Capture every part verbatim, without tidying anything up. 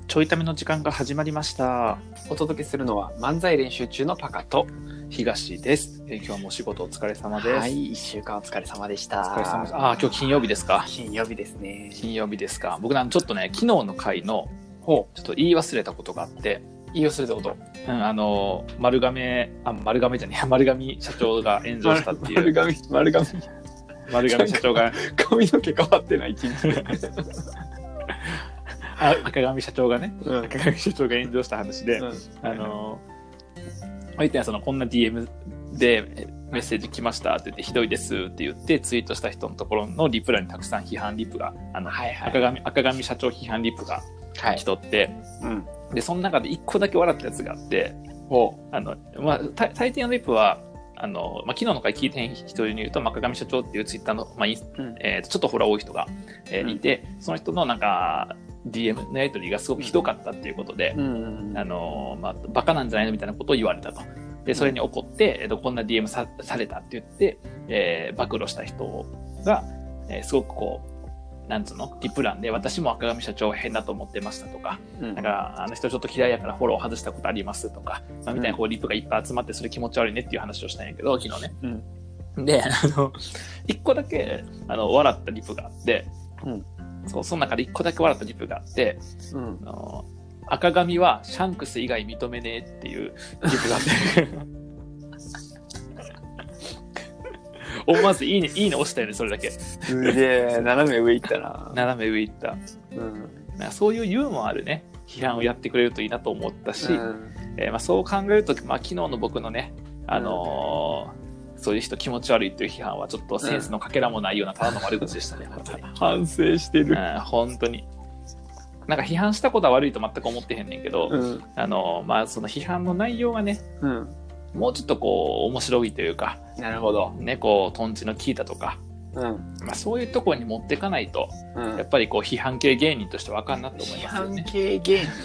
ちょいための時間が始まりました。 お届けするのは漫才練習中のパカと東です。えー、今日もお仕事お疲れ様です。 はい、いっしゅうかんお疲れ様でした。 お疲れ様です。ああ、今日金曜日ですか。 金曜日ですね。 金曜日ですか。僕なんちょっとね、昨日の回のほうちょっと言い忘れたことがあって。 言い忘れたこと。 うん、あの丸亀あ丸亀じゃねえ丸亀社長が炎上したっていう。 丸亀丸亀丸亀社長が髪の毛変わってない一日。 あ赤髪社長がね、 うん、 赤髪社長が炎上した話で、うん、あの相手はそのこんな ディーエム でメッセージ来ましたって言ってひどいですって言ってツイートした人のところのリプ欄にたくさん批判リプがあの、はいはい、赤髪赤髪社長批判リプが来とって、はいうん、でその中でいっこだけ笑ったやつがあって、あのまあ大抵のリプはあのまあ、昨日の回聞いてへん人に言うと、赤髪社長っていうツイッターの、まあうんえー、ちょっとフォロワー多い人が、えー、いて、うん、その人のなんか ディーエム のやり取りがすごくひどかったっていうことで、うんあのまあ、バカなんじゃないのみたいなことを言われたと。でそれに怒って、えー、とこんな ディーエム さ, されたって言って、えー、暴露した人が、えー、すごくこうなんつうのリプランで私も赤髪社長変だと思ってましたとか、うん、なんかあの人ちょっと嫌いやからフォロー外したことありますとか、まあ、みたいなこうリプがいっぱい集まってそれ気持ち悪いねっていう話をしたんやけど昨日ね、うん、であのいっこだけあの笑ったリプがあって、うん、そうその中でいっこだけ笑ったリプがあって、うん、あの赤髪はシャンクス以外認めねえっていうリプがあって思わずいいね、いいね押したよね、それだけ。 すげえ、斜め上行ったな。 斜め上行った。うん。なんかそういうユーモアあるね、批判をやってくれるといいなと思ったし、うんえーまあ、そう考えると、まあ、昨日の僕のね、あのーうん、そういう人気持ち悪いっていう批判はちょっとセンスのかけらもないようなただの悪口でしたね、本当に。 反省してる。 うん、本当に。なんか批判したことは悪いと全く思ってへんねんけど、うん、あのー、まあその批判の内容がね、うんもうちょっとこう面白いというか、 なるほどね、こうトンチの効いたとか、うんまあ、そういうところに持っていかないと、うん、やっぱりこう批判系芸人としてはあかんなと思いますよね。 批判系芸人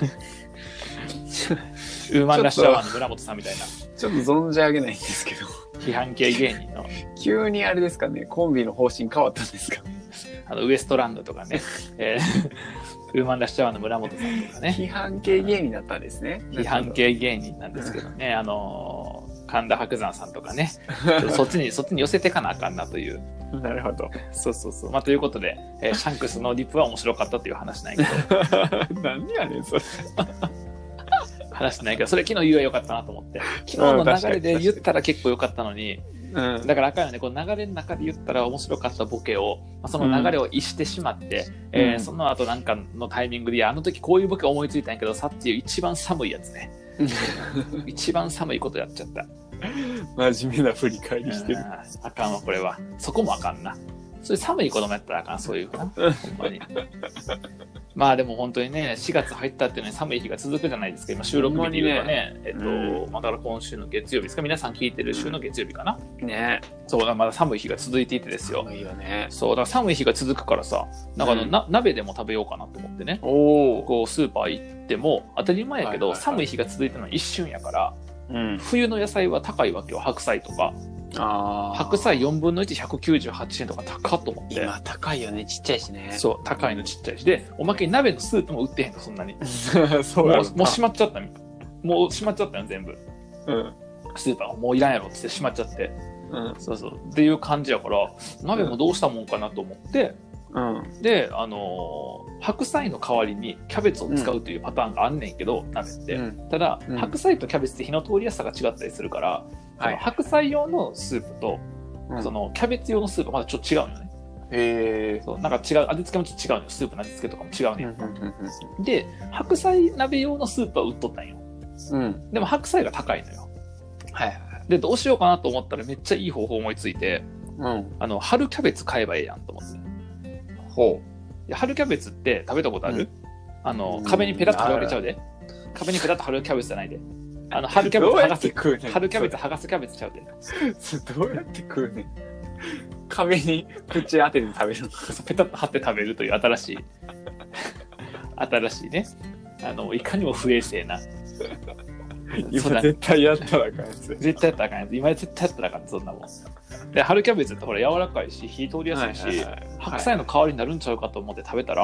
ウーマンラッシュアワーの村本さんみたいな。 ちょっと存じ上げないんですけど。 批判系芸人の。 急にあれですかね、コンビの方針変わったんですか。 あのウエストランドとかね。えーウーマンラッシュアワーの村本さんとかね。 批判系芸人だったんですね。 批判系芸人なんですけどね。あのー、神田伯山さんとかね。そっちに、そっちに寄せてかなあかんなという。 なるほど。 そうそうそう。まあ、ということで、えー、シャンクスのリップは面白かったという話なんやけど。何やねん、それ。 話してないけど、それ昨日言えばよかったなと思って。昨日の流れで言ったら結構よかったのに、うん、だからあかんよね、この流れの中で言ったら面白かったボケを、まあ、その流れを逸してしまって、うんえー、その後なんかのタイミングで、あの時こういうボケ思いついたんやけどさっていう一番寒いやつね。一番寒いことやっちゃった。 真面目な振り返りしてる。 あかんわ、これは。そこもあかんな。それ寒い子供やったらあかん、そういうかな。ほんまに。まあでも本当にね、しがつ入ったっていうのに寒い日が続くじゃないですか。今収録日で言うとね、ねえっと、うん、まだ今週の月曜日ですか。皆さん聞いてる週の月曜日かな。 ねそうだ、まだ寒い日が続いていてですよ。 寒いよね。 そうだから寒い日が続くからさ、なんかあの、うん、な鍋でも食べようかなと思ってね。 おこうスーパー行っても当たり前やけど、はいはいはい、寒い日が続いてるのは一瞬やから、うん、冬の野菜は高いわけよ。白菜とか。 あ白菜よんぶんのいち、ひゃくきゅうじゅうはちえんとか高っと思って。 今高いよね、ちっちゃいしね。 そう、高いのちっちゃいし。で、おまけに鍋のスープも売ってへんの、そんなに。 そうもう、もう閉まっちゃったもう閉まっちゃったよ、全部。 うん。 スーパーもういらんやろって閉まっちゃって。うん。そうそう。っていう感じやから、鍋もどうしたもんかなと思って、うん。で、あのー、白菜の代わりにキャベツを使うというパターンがあんねんけど、うん、鍋って。うん、ただ、うん、白菜とキャベツって火の通りやすさが違ったりするから、はい、白菜用のスープと、うん、そのキャベツ用のスープはまだちょっと違うのよね。 へそうなんか違う味付けもちょっと違うのよ。スープの味付けとかも違うねよ。で白菜鍋用のスープは売っとったんよ。うん、でも白菜が高いのよ。 はいはい。 でどうしようかなと思ったらめっちゃいい方法思いついて、うん、あの春キャベツ買えばええやんと思って。 ほう。春キャベツって食べたことある？うん、あの壁にペタッと貼るわけちゃうで。壁にペタッと貼るキャベツじゃないで。あの春キャベツ剥がす食うねん。 春キャベツ剥がすキャベツちゃうで。 どうやって食うねん。壁に口当てて食べるの。 ペタッと貼って食べるという新しい新しいね。あのいかにも不衛生な。 今絶対やったらあかんやつ。 絶対やったらあかんやつ。今絶対やったらあかんそんなもん。で春キャベツってほら柔らかいし火通りやすいし、はいはいはい、白菜の代わりになるんちゃうかと思って食べたら、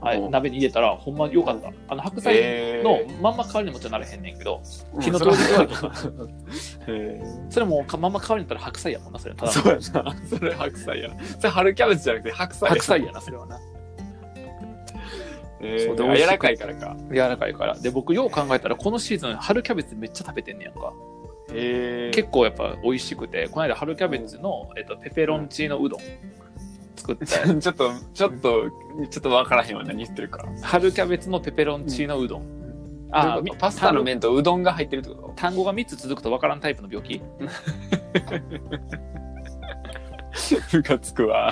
はい、鍋に入れたらほんまによかった。あの白菜のまんま代わりにもちろんなれへんねんけど、 うん、 火の通り具合とか、 へそれもまんま代わりになったら白菜やもんな、それ。ただそうやな。それ白菜やな。それ春キャベツじゃなくて白菜やな。 白菜やな、それはな。 えー、 そうで柔らかいからか。 柔らかいから。で、僕よう考えたらこのシーズン春キャベツめっちゃ食べてんねやんか。 へー、 結構やっぱ美味しくて、この間春キャベツの、えっと、ペペロンチーノうどん作ったやつ。 ちょっと、ちょっと、ちょっとわからへんわ、何言ってるか。 春キャベツのペペロンチーノうどん。 ああ、パスタの麺とうどんが入ってるってこと？ 単語がみっつ続くとわからんタイプの病気。 ムカつくわ。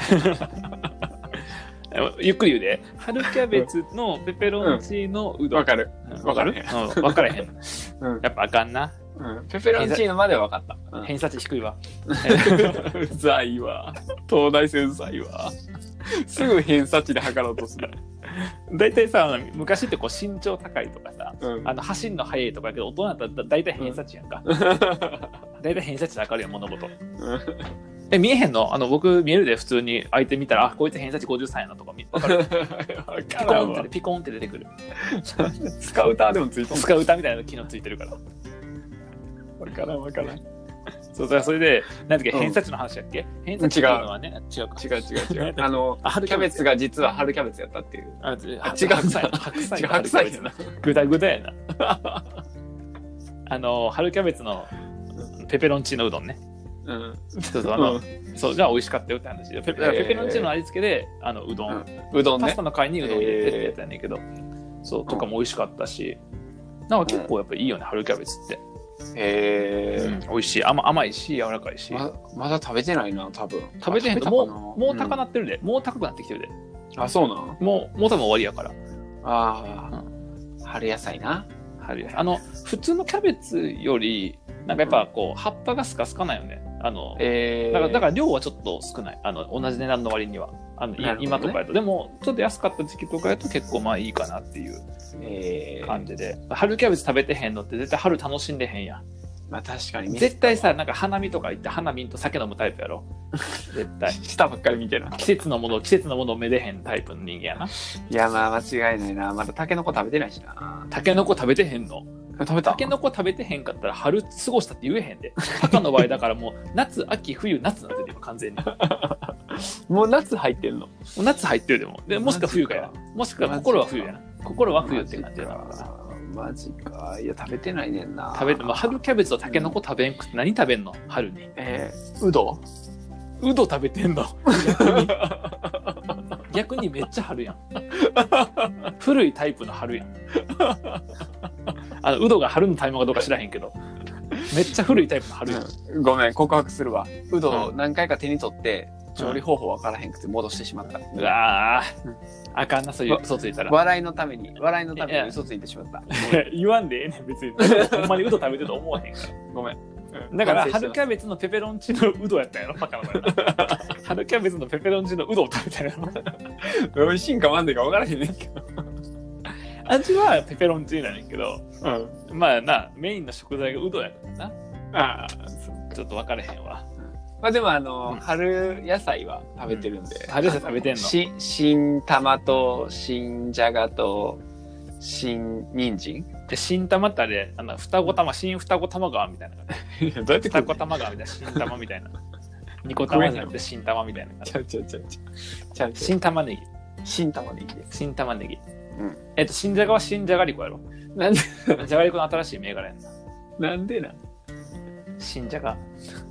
ゆっくり言うで。春キャベツのペペロンチーノうどん。 わ、うん、かる。 わかる？うん、わからへん。うん、やっぱあかんな。 うん、ペペロンチーノまでは分かった。 偏差値低いわ。 うざいわ。東大生うざいわ。すぐ偏差値で測ろうとする。 だいたいさ、昔ってこう身長高いとかさ、 うん、あの走るの速いとかやけど、大人だったらだいたい偏差値やんか。だいたい偏差値で測るやん、物事。え、見えへんの？あの、僕見えるで普通に相手見たら、あ、こいつ偏差値ごじゅうさんやなとか、わかる？ピコンって、ピコンって出てくる。 スカウターでもついてる。 スカウターみたいな機能ついてるから。 わからんわからん。 そうだ、それで、なんだっけ、偏差値の話だっけ？偏差値っていうのはね、違うか。 違う違う違う。あの、キャベツが実は春キャベツやったっていう。 あ、違う。 白菜。 白菜。 白菜やな。 ぐだぐだやな。あの、春キャベツのペペロンチーノうどんね。 うん。 そうそう、あの、そう、じゃあ美味しかったよって話で。ペペロンチーノの味付けで、あの、うどん。 うどんね。 パスタの代わりにうどん入れてってやつやねんけど、そう、とかも美味しかったし、なんか結構やっぱいいよね、春キャベツって。 へえ、 うん、美味しい。甘、甘いし、柔らかいし。 ま, まだ食べてないな、多分。 食べてへんと、もう、もう高なってるで。うん、もう高くなってきてるで。 あ、そうなん？ もう、もう多分終わりやから。 ああ、うん、春野菜な。 春野菜。あの、普通のキャベツより、なんかやっぱこう、葉っぱがスカスカなんよね。あの、 えー、 だから、だから量はちょっと少ない。あの、同じ値段の割には。あの、ね、今とかやと。でも、ちょっと安かった時期とかやと結構まあいいかなっていう感じで。えー、春キャベツ食べてへんのって絶対春楽しんでへんやん。 まあ確かに。 絶対さ、なんか花見とか行って花見と酒飲むタイプやろ。絶対。 下ばっかり見てるな。 季節のもの、季節のものをめでへんタイプの人間やな。 いや、まあ間違いないな。まだタケノコ食べてないしな。 タケノコ食べてへんの？ 食べた？ タケノコ食べてへんかったら春過ごしたって言えへんで。赤の場合だからもう夏、秋、冬、夏なんて今完全に。 もう夏入ってんの？もう夏入ってるでも。でもしくは冬かや。もしくは心は冬やな。心は冬って感じやな。 マジか。いや、食べてないねんな。 食べて、まあ、春キャベツとタケノコ食べんくって何食べんの？春に。 えー、うど？ うど食べてんの？逆に。逆にめっちゃ春やん。古いタイプの春やん。あの、うどが春のタイムかどうか知らへんけど。めっちゃ古いタイプの春やん。 うん、ごめん、告白するわ。うどを何回か手に取って、調理方法わからへんくて戻してしまった。うん、 うわぁ。あかんな、そういう嘘ついたら。 笑いのために、笑いのために嘘ついてしまった。 言わんでええねん、別に。ほんまにうど食べてると思わへんから。 ごめん。 うん、だから、春キャベツのペペロンチのうどやったんやろ、バカなこれ。春キャベツのペペロンチのうどを食べたんやろ。美味しいんかまんでか分からへんねんけど。 味はペペロンチーノやねんけど、 うん、 まあな、メインの食材がうどやからな。 ああ、 ちょっと分からへんわ。 まあでもあの、うん、春野菜は食べてるんで。 うん、春野菜食べてんの？ し、新玉と、新じゃがと、新人参？ で、新玉ってあれ、あの、双子玉、新双子玉川みたいな。 どうやって双子玉川みたいな、新玉みたいな。二個玉じゃなくて新玉みたいな。 ちゃうちゃうちゃうちゃう。 新玉ねぎ。 新玉ねぎです。 新玉ねぎ。 うん。 えっと、新じゃがは新じゃがりこやろ。 なんでじゃがりこの新しい銘柄やんな。なんでな新じゃが。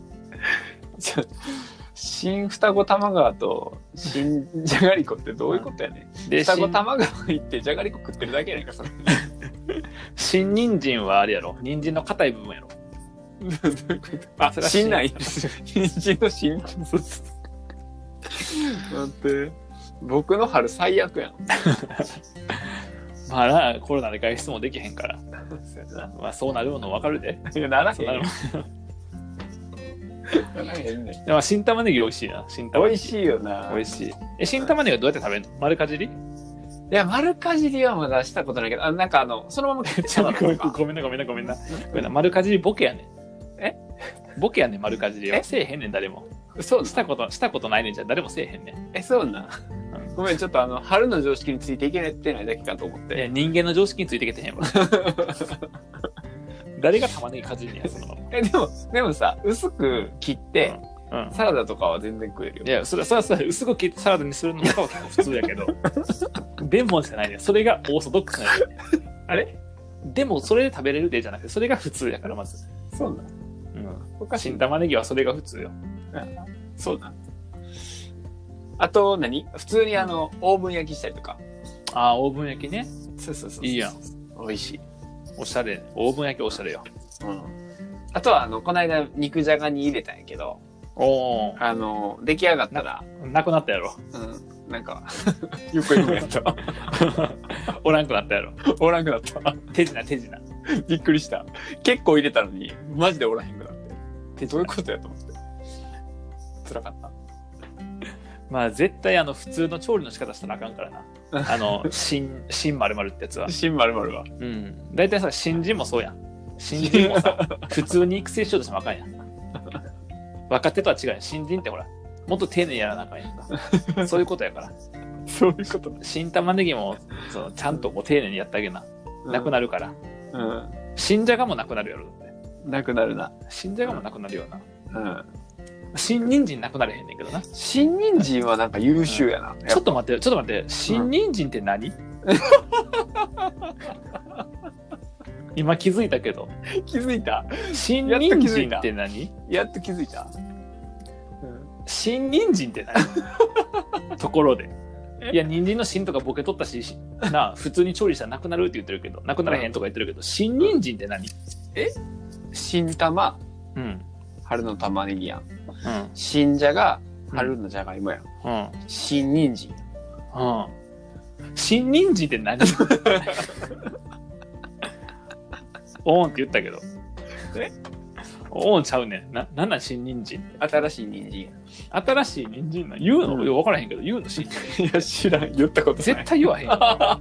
新双子玉川と新じゃがりこってどういうことやねん。で、双子玉川行ってじゃがりこ食ってるだけやねんか、それ。 新人参はあれやろ。人参の硬い部分やろ。 あ、それは新なんや。人参の新。待って。僕の春最悪やん。 まあな、コロナで外出もできへんから。まあそうなるの分かるで。 いや、ならへん。ならへんねん。 でも新玉ねぎ美味しいな。新玉ねぎ。 美味しいよな。 美味しい。え、新玉ねぎはどうやって食べるの？丸かじり？ いや、丸かじりはまだしたことないけど、あ、なんかあの、そのまま食っちゃうのか。 ごめんなごめんなごめんな。ごめんな。丸かじりボケやねん。 え？ ボケやねん、丸かじりは。せえへんねん、誰も。 そうしたこと、したことないねんじゃ誰もせえへんねん。 え、そうな。 ごめん、ちょっとあの、春の常識についていけてないだけかと思っいや、 て。 人間の常識についていけてへんわ。誰が玉ねぎかじんねや、その。 え、でも、でもさ、薄く切って、 うんうん、 サラダとかは全然食えるよ。 いや、それは、それは、それは薄く切ってサラダにするのとかは結構普通やけど、でもじゃないね。それがオーソドックスなんやね。 あれでも、それで食べれるでじゃなくて、それが普通やから、まず。 そうな。 うん。 おかしい新玉ねぎはそれが普通よ。 そうな。あと何、普通にあの、オーブン焼きしたりとか。 ああ、オーブン焼きね。 そうそうそう。 いいやん。 美味しい。 おしゃれ。オーブン焼きおしゃれよ。 うん。あとは、あの、この間、肉じゃがに入れたんやけど、 おあの、出来上がったら、 ー。なくなったやろ。 うん、なんか、よくよくやった。 おらんくなったやろ。 おらんくなった。 手品、手品。 びっくりした。結構入れたのに、マジでおらへんくなって。どういうことやと思って。辛かった。 まあ、絶対、あの、普通の調理の仕方したらあかんからな。あの、新、新丸々ってやつは。 新丸々は。 うん。大体さ、新人もそうやん。新人もさ、普通に育成しようとしてもあかんやん。若手とは違うやん。新人ってほら、もっと丁寧にやらなあかんやんか。そういうことやから。 そういうこと。 新玉ねぎも、そのちゃんとこう丁寧にやってあげな。なくなるから。 うん。 新じゃがもなくなるやろ。 なくなるな。 新じゃがもなくなるよな。 うん。 新人参なくなれへんねんけどな。 新人参はなんか優秀やな。 うん、ちょっと待って、ちょっと待って。新人参って何、うん、今気づいたけど。 気づいた？ 新人参って何？ やっと気づいた。 うん、新人参って何ところで。いや、人参の芯とかボケ取ったし、なあ、普通に調理したらなくなるって言ってるけど、なくならへんとか言ってるけど、新人参って何？え？ 新玉、 うん。 春の玉ねぎやん。 うん。 新じゃが、春のじゃがいもやん。 うん。 新人参。 うん。新人参って何？オーンって言ったけど。 え？ オーンちゃうねん。な、なんなん新人参って。 新しい人参。 新しい人参な。言うの、うん、よくわからへんけど、言うの新人。 いや、知らん。言ったことない。 絶対言わへん。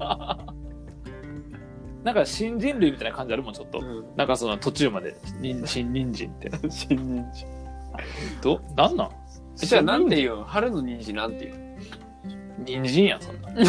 なんか新人類みたいな感じあるもん、ちょっと。うん、なんかその途中まで、新人参って。 新人参。 ど、なんなん？ じゃあなんて言うの？春の人参なんて言うの？人参やん、そんな。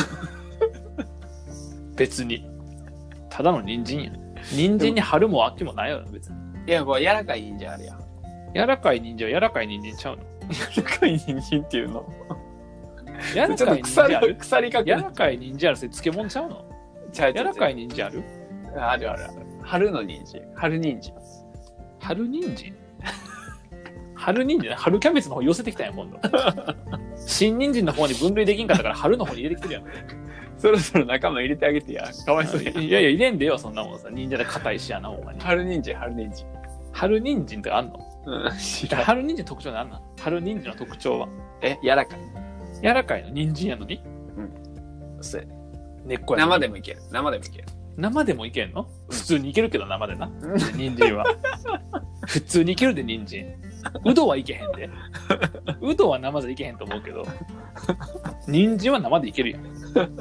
別に。ただの人参やん。人参に春も秋もないよ、別に。 いや、これ柔らかい人参あるやん。 柔らかい人参は柔らかい人参ちゃうの？ 柔らかい人参っていうの？ 柔らかい人参ある？ 腐りかけ。 柔らかい人参ある？それ漬物ちゃうの？ ちゃう柔らかい人参ある？ あるあるある。春の人参。春人参。 春人参？春人参？春キャベツの方寄せてきたんや、今度。新人参の方に分類できんかったから春の方に入れてきてるやん。 そろそろ仲間入れてあげてや。かわいそうや。 いやいや、入れんでよ、そんなもんさ。忍者で硬いしやな、お前。 春人参、春人参。 春人参ってあんの？ うん、知らん。 春人参特徴なんなん？春人参の特徴は？ え、柔らかい。 柔らかいの？人参やのに？ うん。そうや。 根っこやのに。 生でもいける。生でもいける。 生でもいけんの？普通にいけるけど生でな。人参は。普通にいけるで、人参。うどはいけへんで。うどは生でいけへんと思うけど。人参は生でいけるやん。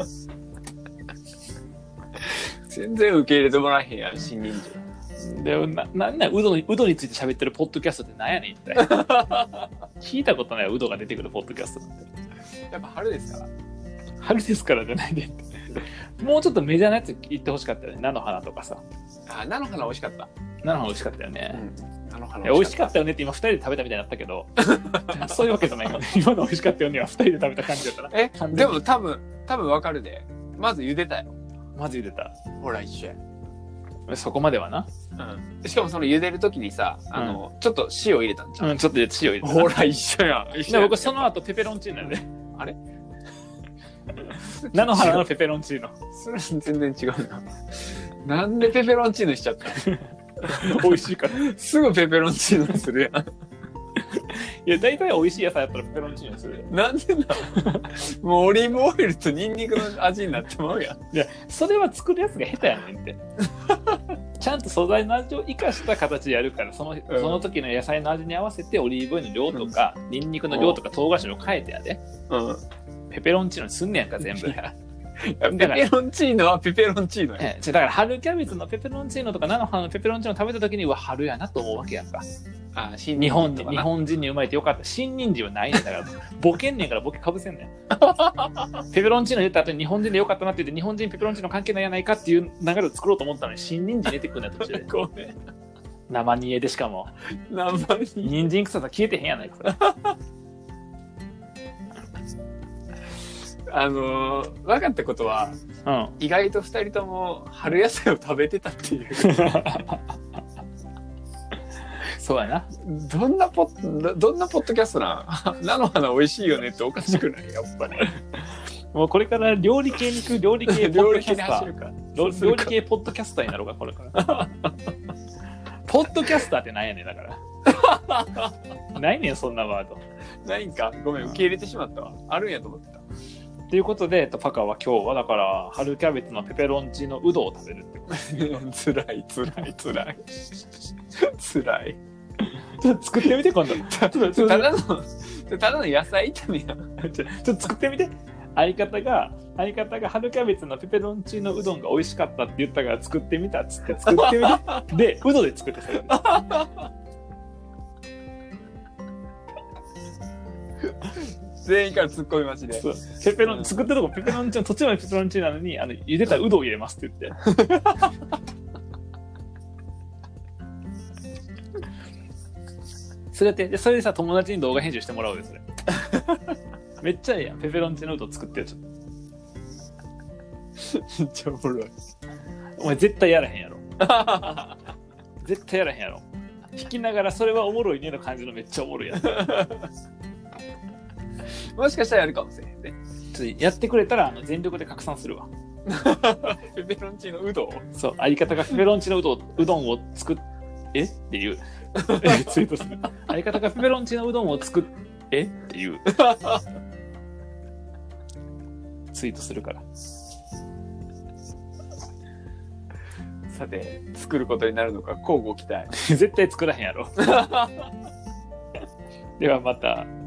全然受け入れてもらえへんやん、新人参。 で、な、なんなんうどに、うどについて喋ってるポッドキャストってなんやねん、一体。聞いたことないうどが出てくるポッドキャストなんて。 やっぱ春ですから。 春ですからじゃないで。もうちょっとメジャーなやつ言ってほしかったよね。菜の花とかさ。 あ、菜の花美味しかった。 菜の花美味しかったよね。 うん、菜の花美味しかったよねって今二人で食べたみたいになったけど、そういうわけじゃないよね。今の美味しかったよねは二人で食べた感じだったな。 え、でも多分、多分わかるで。まず茹でたよ。 まず茹でた。 ほら、一緒や。 そこまではな。 うん。しかもその茹でるときにさ、あの、うん、ちょっと塩入れたんじゃん。 うん、ちょっと塩入れた。 ほら、一緒やん。 で、僕その後ペペロンチーノなんで。 あれ菜の花のペペロンチーノ。 それ全然違うな。なんでペペロンチーノしちゃった美味しいから。 すぐペペロンチーノするやん。 いや、大体美味しい野菜やったらペペロンチーノする。 なんでだもうオリーブオイルとニンニクの味になってまうやん。 いや、それは作るやつが下手やねんって。ちゃんと素材の味を生かした形でやるから、その、うん、その時の野菜の味に合わせてオリーブオイルの量とか、うん、ニンニクの量とか唐辛子を変えてやで。うん。ペペロンチーノにすんねやんか、全部。 ペペロンチーノはペペロンチーノや。 だから春キャベツのペペロンチーノとか菜の花のペペロンチーノ食べた時には春やなと思うわけやんか。 あ新日本人日本人に生まれてよかった。新人参はないねんだからボケんねんからボケかぶせんねんペペロンチーノ言った後に日本人でよかったなって言って日本人ペペロンチーノ関係ないやないかっていう流れを作ろうと思ったのに新人参出てくるんだ途中でごめん生煮えでしかも生煮え人参臭さ消えてへんやないかあのー、分かったことは、 うん、 意外とふたりとも春野菜を食べてたっていうそうやな。 どんなポッどんなポッドキャストな菜の花美味しいよねっておかしくないやっぱりもうこれから料理系に行く料理系ポッドキャスタ料理系に走るかー料理系ポッドキャスターになろうかこれからポッドキャスターってなんやねんだからないねんそんなワードないんかごめん受け入れてしまったわあるんやと思ってたということでパカは今日はだから春キャベツのペペロンチーノうどんを食べるってことつらいつらいつらいつらいちょっと作ってみて今度ちょっとただのただの野菜炒めやちょっと作ってみて相方が相方が春キャベツのペペロンチーノうどんが美味しかったって言ったから作ってみたっつって作ってみてでうどで作ってそれ全員から突っ込み待ちでペペロン、うん、作ってるとこペペロンチーノ途中までペペロンチーノなのにあの茹でたうどんを入れますって言ってそれでそれでさ友達に動画編集してもらおうよそれめっちゃいいやんペペロンチーノうどん作ってよちょっとめっちゃおもろいお前絶対やらへんやろ絶対やらへんやろ弾きながらそれはおもろいねの感じのめっちゃおもろいやつもしかしたらやるかもしれへんねちょっとやってくれたらあの全力で拡散するわペペロンチーノうどんそう相方がペペロンチーノうどんうどんを作っえっていうツイートする相方がペペロンチーノうどんを作っえっていうツイートするからさて作ることになるのか乞うご期待絶対作らへんやろではまた。